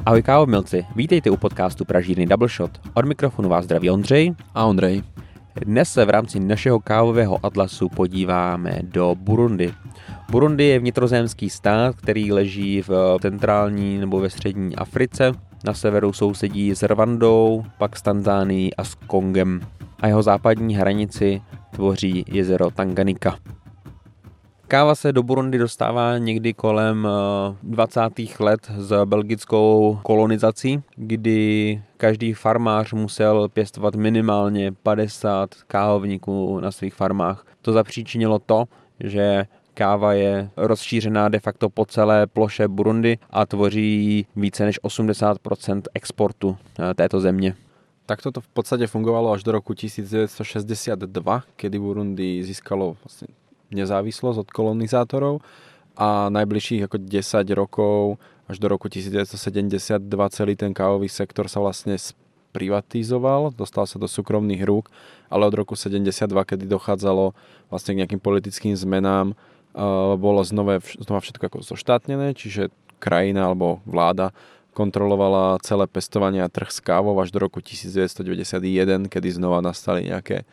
Ahoj kávomilci, vítejte u podcastu Pražírny Double Shot. Od mikrofonu vás zdraví Ondřej a Ondrej. Dnes se v rámci našeho kávového atlasu podíváme do Burundi. Burundi je vnitrozemský stát, který leží v centrální nebo ve střední Africe. Na severu sousedí s Rwandou, pak s Tanzánií a s Kongem. A jeho západní hranici tvoří jezero Tanganyika. Káva se do Burundi dostává někdy kolem 20. let s belgickou kolonizací, kdy každý farmář musel pěstovat minimálně 50 kávovníků na svých farmách. To zapříčinilo to, že káva je rozšířená de facto po celé ploše Burundi a tvoří více než 80% exportu této země. Tak toto v podstate fungovalo až do roku 1962, kedy Burundi získalo vlastne nezávislosť od kolonizátorov a najbližších ako 10 rokov až do roku 1972 celý ten kávový sektor sa vlastne sprivatizoval, dostal sa do súkromných rúk, ale od roku 72, kedy dochádzalo vlastne k nejakým politickým zmenám, bolo znova všetko ako zoštátnené, čiže krajina alebo vláda kontrolovala celé pestovanie a trh s kávou až do roku 1991, kedy znova nastali nejaké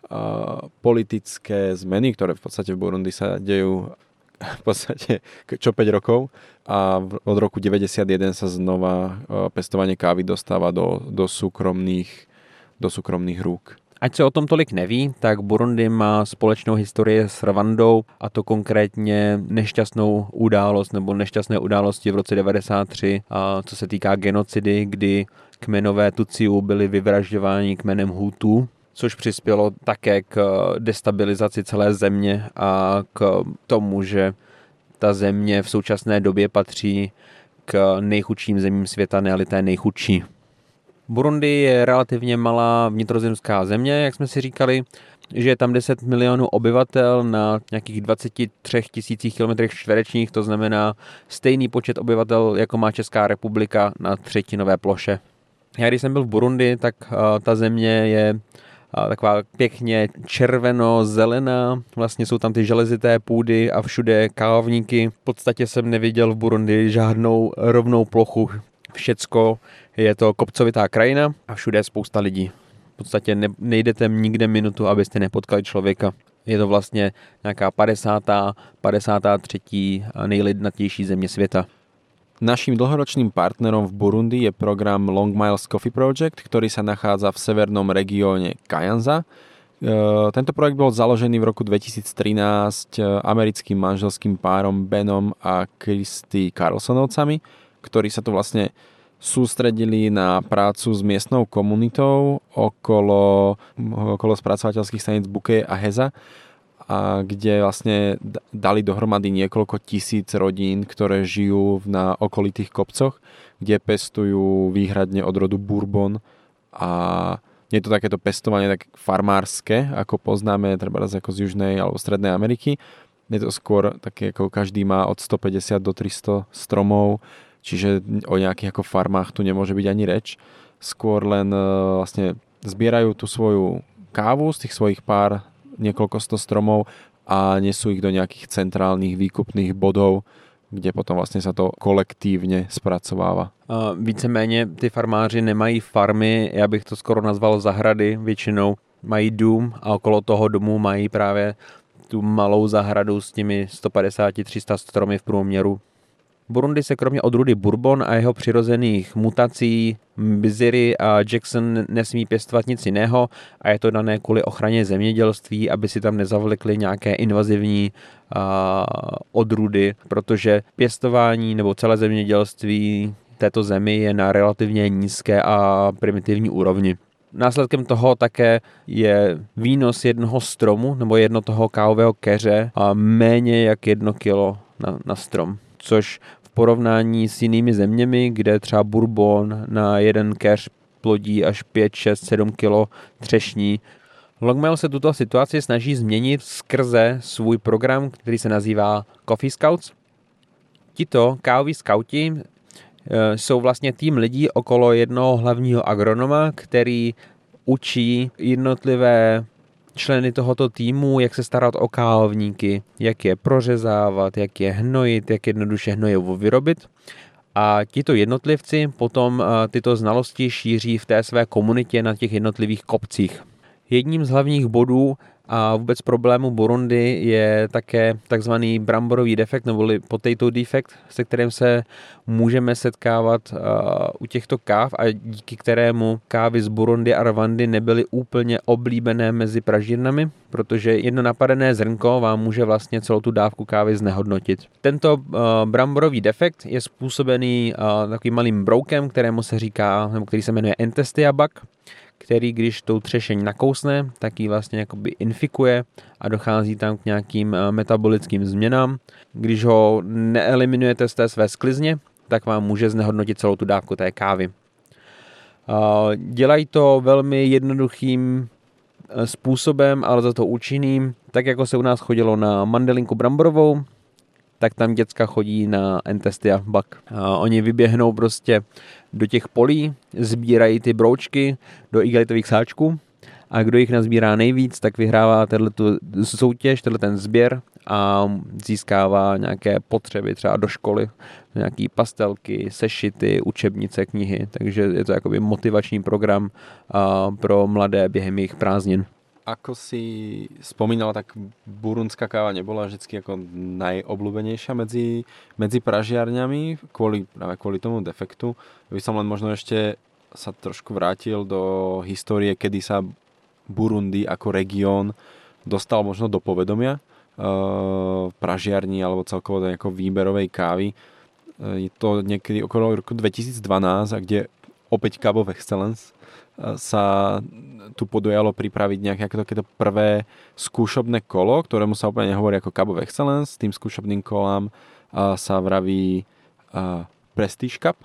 politické zmeny, ktoré v podstate v Burundi sa dejú v podstate čo 5 rokov a od roku 91 sa znova pestovanie kávy dostáva do súkromných rúk. Ať se o tom tolik neví, tak Burundi má společnou historii s Rwandou, a to konkrétně nešťastnou událost nebo nešťastné události v roce 93, co se týká genocidy, kdy kmenové Tutsiů byli vyvražďováni kmenem Hutů, což přispělo také k destabilizaci celé země a k tomu, že ta země v současné době patří k nejchudším zemím světa, ne-li té nejchudší. Burundi je relativně malá vnitrozemská země, jak jsme si říkali, že je tam 10 milionů obyvatel na nějakých 23 000 kilometrech čtverečních, to znamená stejný počet obyvatel, jako má Česká republika na třetinové ploše. Já když jsem byl v Burundi, tak ta země je taková pěkně červeno-zelená, vlastně jsou tam ty železité půdy a všude kávovníky. V podstatě jsem neviděl v Burundi žádnou rovnou plochu. Všecko je to kopcovitá krajina a všude je spousta lidí. V podstatě nejdete nikde minutu, abyste nepotkali člověka. Je to vlastně nějaká 53. nejlidnatější země světa. Naším dlhoročným partnerom v Burundi je program Long Miles Coffee Project, ktorý sa nachádza v severnom regióne Kayanza. Tento projekt bol založený v roku 2013 americkým manželským párom Benom a Christy Carlsonovcami, ktorí sa tu vlastne sústredili na prácu s miestnou komunitou okolo spracovateľských staníc Buke a Heza, a kde vlastne dali dohromady niekoľko tisíc rodín, ktoré žijú na okolitých kopcoch, kde pestujú výhradne od rodu Bourbon a nie je to takéto pestovanie tak farmárske, ako poznáme treba ako z Južnej alebo Strednej Ameriky. Je to skôr také, ako každý má od 150 do 300 stromov, čiže o nejakých ako farmách tu nemôže byť ani reč. Skôr len vlastne zbierajú tú svoju kávu z tých svojich pár niekoľko 100 stromov a nesú ich do nejakých centrálnych výkupných bodov, kde potom vlastne sa to kolektívne spracováva. Víceméně ty farmáři nemají farmy, já bych to skoro nazval zahrady, většinou mají dům a okolo toho domu mají právě tu malou zahradu s těmi 150-300 stromy v průměru. Burundi se kromě odrůdy Bourbon a jeho přirozených mutací Mbiziri a Jackson nesmí pěstovat nic jiného a je to dané kvůli ochraně zemědělství, aby si tam nezavlekly nějaké invazivní odrůdy, protože pěstování nebo celé zemědělství této zemi je na relativně nízké a primitivní úrovni. Následkem toho také je výnos jednoho stromu nebo jedno toho kávového keře a méně jak 1 kilo na strom, což v porovnání s jinými zeměmi, kde třeba Bourbon na jeden keř plodí až 5, 6, 7 kilo třešní. Longmail se tuto situaci snaží změnit skrze svůj program, který se nazývá Coffee Scouts. Tito kávoví skauti jsou vlastně tým lidí okolo jednoho hlavního agronoma, který učí jednotlivé členy tohoto týmu, jak se starat o kávovníky, jak je prořezávat, jak je hnojit, jak jednoduše hnojivo vyrobit. A tito jednotlivci potom tyto znalosti šíří v té své komunitě na těch jednotlivých kopcích. Jedním z hlavních bodů a vůbec problému Burundi je také takzvaný bramborový defekt neboli potato defect, se kterým se můžeme setkávat u těchto káv a díky kterému kávy z Burundi a Rwandy nebyly úplně oblíbené mezi pražírnami, protože jedno napadené zrnko vám může vlastně celou tu dávku kávy znehodnotit. Tento bramborový defekt je způsobený takovým malým broukem, kterému se říká, nebo který se jmenuje Entestia bug, který když tou třešeň nakousne, tak ji vlastně jakoby infikuje a dochází tam k nějakým metabolickým změnám. Když ho neeliminujete z té své sklizně, tak vám může znehodnotit celou tu dávku té kávy. Dělají to velmi jednoduchým způsobem, ale za to účinným. Tak jako se u nás chodilo na mandelinku bramborovou, tak tam děcka chodí na Entestia bug. Oni vyběhnou prostě do těch polí, sbírají ty broučky do igelitových sáčků a kdo jich nazbírá nejvíc, tak vyhrává tu soutěž, ten sběr a získává nějaké potřeby třeba do školy, nějaké pastelky, sešity, učebnice, knihy, takže je to jakoby motivační program pro mladé během jejich prázdnin. Ako si spomínala, tak burundská káva nebola vždy ako najobľúbenejšia medzi pražiarňami kvôli tomu defektu. By som len možno ešte sa trošku vrátil do histórie, kedy sa Burundi ako región dostal možno do povedomia pražiarní alebo celkovo nejakou výberovej kávy. Je to niekedy okolo roku 2012, a kde opäť Cup of Excellence sa tu podujalo pripraviť nejaké takéto prvé skúšobné kolo, ktorému sa úplne nehovorí ako Cup of Excellence. Tým skúšobným kolám sa vraví Prestige Cup.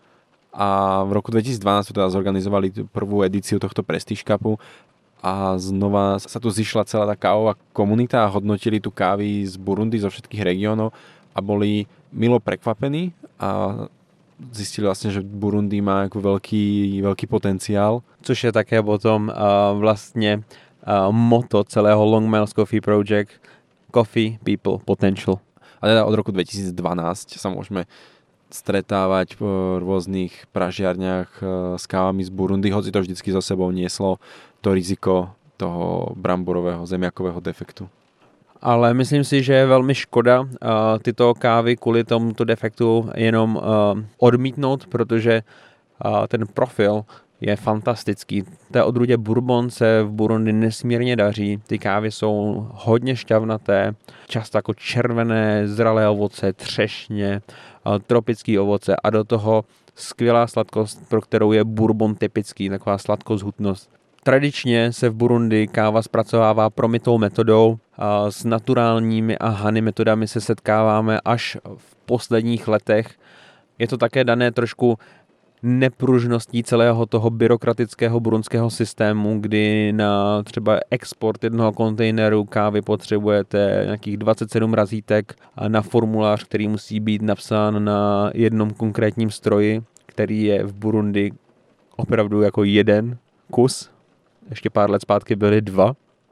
A v roku 2012 teda zorganizovali prvú edíciu tohto Prestige Cupu a znova sa tu zišla celá tá kávová komunita a hodnotili tu kávy z Burundi, zo všetkých regiónov a boli milo prekvapení a zjistili vlastně, že Burundi má jako velký potenciál. Což je také potom vlastně motto celého Long Miles Coffee Project Coffee, People, Potential. A teda od roku 2012 sa môžeme stretávať v rôznych pražiarniach s kávami z Burundi, hoci to vždycky za sebou nieslo to riziko toho bramborového zemiakového defektu. Ale myslím si, že je velmi škoda tyto kávy kvůli tomuto defektu jenom odmítnout, protože ten profil je fantastický. Té odrůdě Bourbon se v Burundi nesmírně daří. Ty kávy jsou hodně šťavnaté, často jako červené, zralé ovoce, třešně, tropické ovoce a do toho skvělá sladkost, pro kterou je Bourbon typický, taková sladkost, hutnost. Tradičně se v Burundi káva zpracovává promytou metodou. S naturálními a honey metodami se setkáváme až v posledních letech. Je to také dané trošku nepružností celého toho byrokratického burundského systému, kdy na třeba export jednoho kontejneru kávy potřebujete nějakých 27 razítek na formulář, který musí být napsán na jednom konkrétním stroji, který je v Burundi opravdu jako jeden kus. Ještě pár let zpátky byly 2.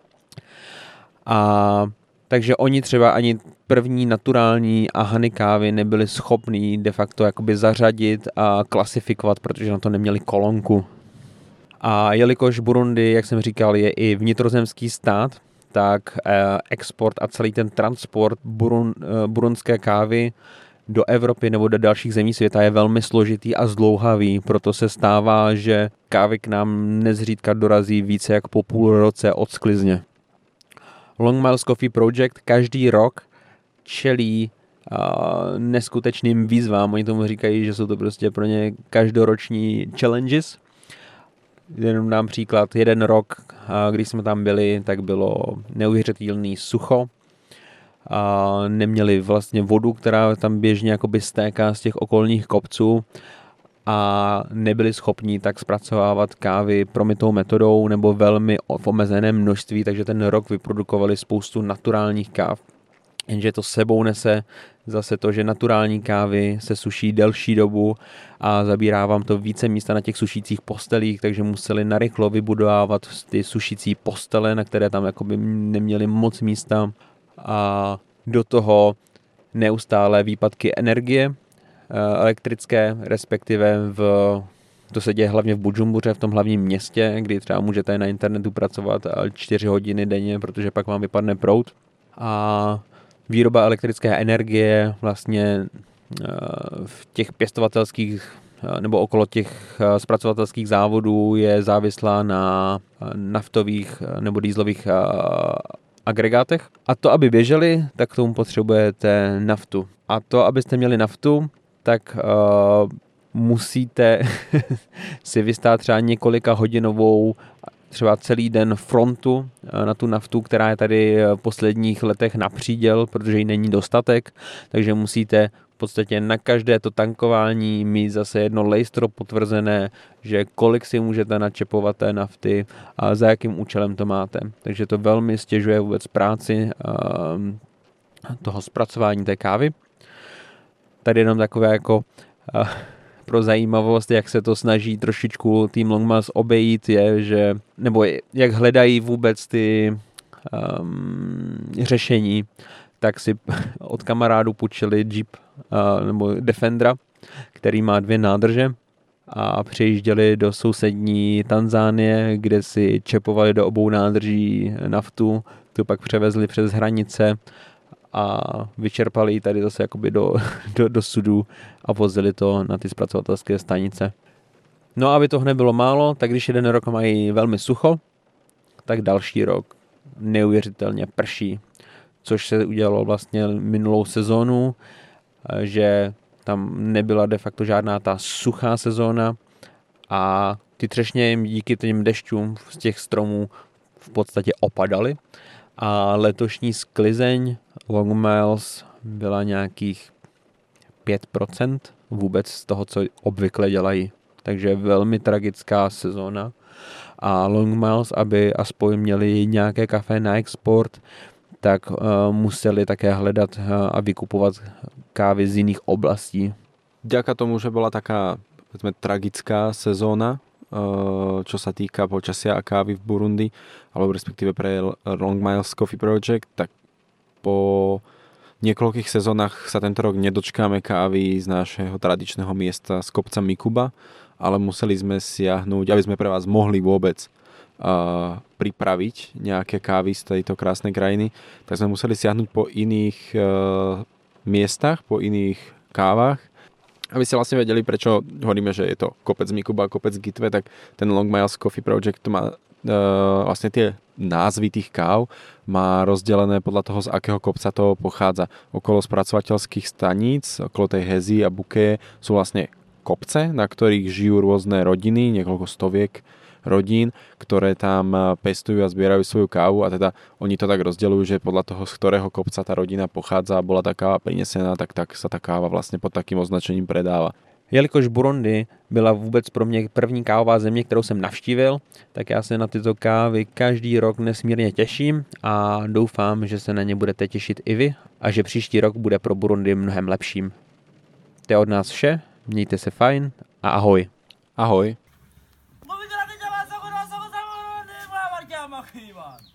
A takže oni třeba ani první naturální a honey kávy nebyli schopní de facto jakoby zařadit a klasifikovat, protože na to neměli kolonku. A jelikož Burundi, jak jsem říkal, je i vnitrozemský stát, tak export a celý ten transport burundské kávy do Evropy nebo do dalších zemí světa je velmi složitý a zdlouhavý, proto se stává, že kávy k nám nezřídka dorazí více jak po půl roce od sklizně. Long Miles Coffee Project každý rok čelí neskutečným výzvám. Oni tomu říkají, že jsou to prostě pro ně každoroční challenges. Jenom dám příklad, jeden rok, když jsme tam byli, tak bylo neuvěřitelný sucho. Neměli vlastně vodu, která tam běžně jakoby stéká z těch okolních kopců a nebyli schopni tak zpracovávat kávy promytou metodou nebo velmi v omezeném množství, takže ten rok vyprodukovali spoustu naturálních káv. Jenže to sebou nese zase to, že naturální kávy se suší delší dobu a zabírá vám to více místa na těch sušících postelích, takže museli narychlo vybudovávat ty sušící postele, na které tam jakoby neměli moc místa a do toho neustále výpadky energie, elektrické, respektive to se děje hlavně v Bujumbure, v tom hlavním městě, kdy třeba můžete na internetu pracovat 4 hodiny denně, protože pak vám vypadne proud. A výroba elektrické energie vlastně v těch pěstovatelských nebo okolo těch zpracovatelských závodů je závislá na naftových nebo dýzlových agregátech. A to, aby běželi, tak k tomu potřebujete naftu. A to, abyste měli naftu, tak musíte si vystát třeba několika hodinovou, třeba celý den frontu na tu naftu, která je tady v posledních letech na příděl, protože jí není dostatek, takže musíte v podstatě na každé to tankování mít zase jedno lejstro potvrzené, že kolik si můžete načepovat té nafty a za jakým účelem to máte. Takže to velmi stěžuje vůbec práci toho zpracování té kávy. Tady jenom takové jako pro zajímavost, jak se to snaží trošičku tým Longmiles obejít, je, že, nebo jak hledají vůbec ty řešení, tak si od kamarádu půjčili Jeep nebo Defendera, který má 2 nádrže a přejížděli do sousední Tanzánie, kde si čepovali do obou nádrží naftu, tu pak převezli přes hranice a vyčerpali ji tady zase jakoby do sudu a vozili to na ty zpracovatelské stanice. No a aby toho nebylo málo, tak když jeden rok mají velmi sucho, tak další rok neuvěřitelně prší, což se udělalo vlastně minulou sezónu, že tam nebyla de facto žádná ta suchá sezóna a ty třešně jim díky těm dešťům z těch stromů v podstatě opadaly a letošní sklizeň Longmiles byla nějakých 5% vůbec z toho, co obvykle dělají. Takže velmi tragická sezóna a Longmiles, aby aspoň měli nějaké kafe na export, tak museli také hledat a vykupovat kávy z jiných oblastí. Vďaka tomu, že bola taká tragická sezóna, čo sa týka počasia a kávy v Burundi, alebo respektíve pre Longmiles Coffee Project, tak po niekoľkých sezónach sa tento rok nedočkáme kávy z našeho tradičného miesta z kopca Mikuba, ale museli sme siahnuť, aby sme pre vás mohli vôbec pripraviť nejaké kávy z tejto krásnej krajiny, tak sme museli siahnuť po iných miestach, po iných kávach. Aby ste vlastne vedeli, prečo hovoríme, že je to kopec Mikuba, kopec Gitwe, tak ten Longmiles Coffee Project má vlastne tie názvy tých káv má rozdelené podľa toho, z akého kopca to pochádza. Okolo spracovateľských staníc, okolo tej Hezy a Bukeje sú vlastne kopce, na ktorých žijú rôzne rodiny, niekoľko stoviek rodín, ktoré tam pestujú a zbierajú svoju kávu a teda oni to tak rozdeľujú, že podľa toho, z ktorého kopca tá rodina pochádza a bola tá káva prinesená, tak sa tá káva vlastne pod takým označením predáva. Jelikož Burundi byla vůbec pro mě první kávová země, kterou jsem navštívil, tak já se na tyto kávy každý rok nesmírně těším a doufám, že se na ně budete těšit i vy a že příští rok bude pro Burundi mnohem lepším. To je od nás vše, mějte se fajn a ahoj. Ahoj.